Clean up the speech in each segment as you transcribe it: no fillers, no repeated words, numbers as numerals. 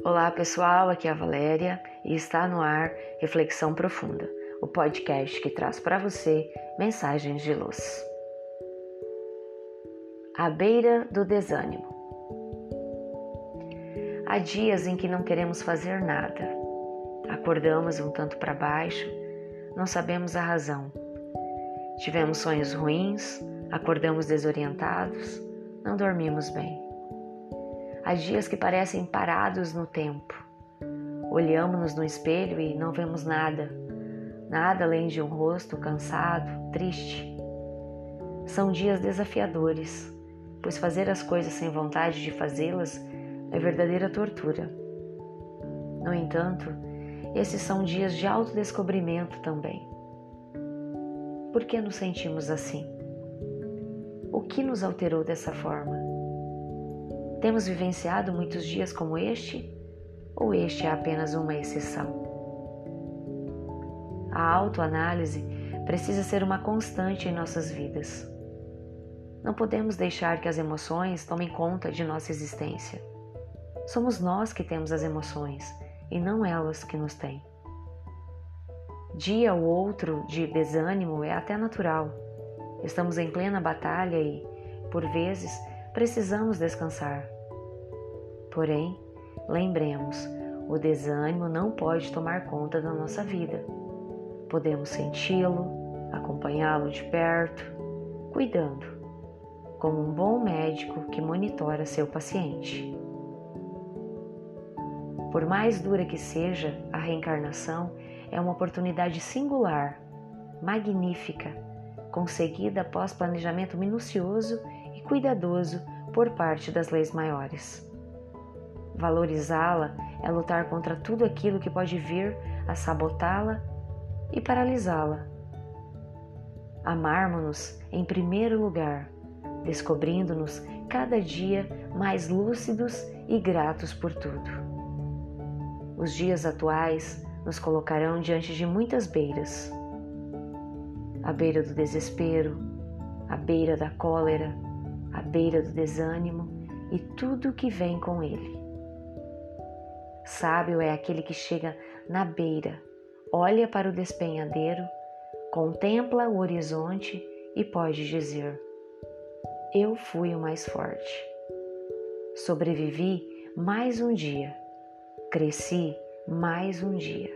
Olá pessoal, aqui é a Valéria e está no ar Reflexão Profunda, o podcast que traz para você mensagens de luz. À beira do desânimo. Há dias em que não queremos fazer nada. Acordamos um tanto para baixo, não sabemos a razão. Tivemos sonhos ruins, acordamos desorientados, não dormimos bem. Há dias que parecem parados no tempo. Olhamos-nos no espelho e não vemos nada além de um rosto cansado, triste. São dias desafiadores, pois fazer as coisas sem vontade de fazê-las é verdadeira tortura. No entanto, esses são dias de autodescobrimento também. Por que nos sentimos assim? O que nos alterou dessa forma? Temos vivenciado muitos dias como este? Ou este é apenas uma exceção? A autoanálise precisa ser uma constante em nossas vidas. Não podemos deixar que as emoções tomem conta de nossa existência. Somos nós que temos as emoções e não elas que nos têm. Dia ou outro de desânimo é até natural. Estamos em plena batalha e, por vezes, precisamos descansar. Porém, lembremos, o desânimo não pode tomar conta da nossa vida. Podemos senti-lo, acompanhá-lo de perto, cuidando, como um bom médico que monitora seu paciente. Por mais dura que seja, a reencarnação é uma oportunidade singular, magnífica, conseguida após planejamento minucioso e cuidadoso por parte das leis maiores. Valorizá-la é lutar contra tudo aquilo que pode vir a sabotá-la e paralisá-la. Amarmos-nos em primeiro lugar, descobrindo-nos cada dia mais lúcidos e gratos por tudo. Os dias atuais nos colocarão diante de muitas beiras. A beira do desespero, a beira da cólera, a beira do desânimo e tudo o que vem com ele. Sábio é aquele que chega na beira, olha para o despenhadeiro, contempla o horizonte e pode dizer: eu fui o mais forte. Sobrevivi mais um dia, cresci mais um dia.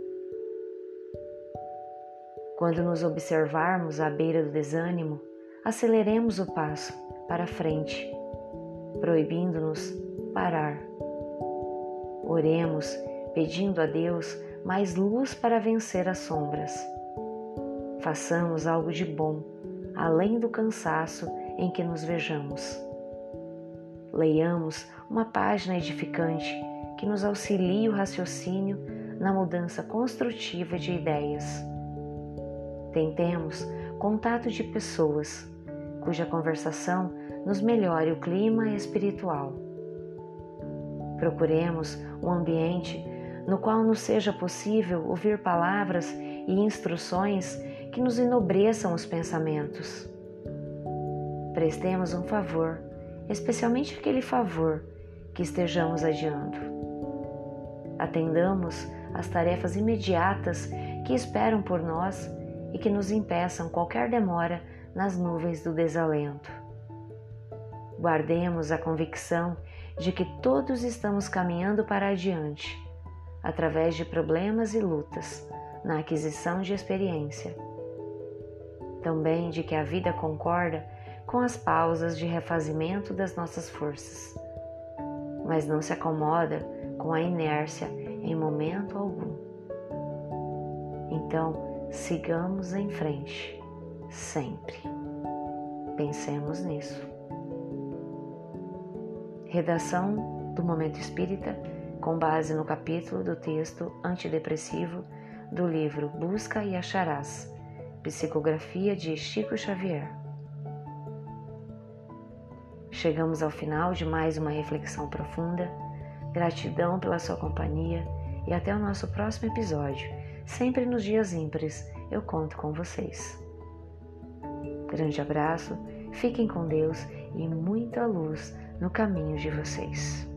Quando nos observarmos à beira do desânimo, aceleremos o passo para frente, proibindo-nos parar. Oremos, pedindo a Deus mais luz para vencer as sombras. Façamos algo de bom, além do cansaço em que nos vejamos. Leiamos uma página edificante que nos auxilie o raciocínio na mudança construtiva de ideias. Tentemos contato de pessoas cuja conversação nos melhore o clima espiritual. Procuremos um ambiente no qual nos seja possível ouvir palavras e instruções que nos enobreçam os pensamentos. Prestemos um favor, especialmente aquele favor que estejamos adiando. Atendamos às tarefas imediatas que esperam por nós e que nos impeçam qualquer demora nas nuvens do desalento. Guardemos a convicção de que todos estamos caminhando para adiante, através de problemas e lutas, na aquisição de experiência. Também de que a vida concorda com as pausas de refazimento das nossas forças, mas não se acomoda com a inércia em momento algum. Então, sigamos em frente, sempre. Pensemos nisso. Redação do Momento Espírita, com base no capítulo do texto antidepressivo do livro Busca e Acharás, psicografia de Chico Xavier. Chegamos ao final de mais uma reflexão profunda. Gratidão pela sua companhia e até o nosso próximo episódio. Sempre nos dias ímpares eu conto com vocês. Grande abraço, fiquem com Deus e muita luz no caminho de vocês.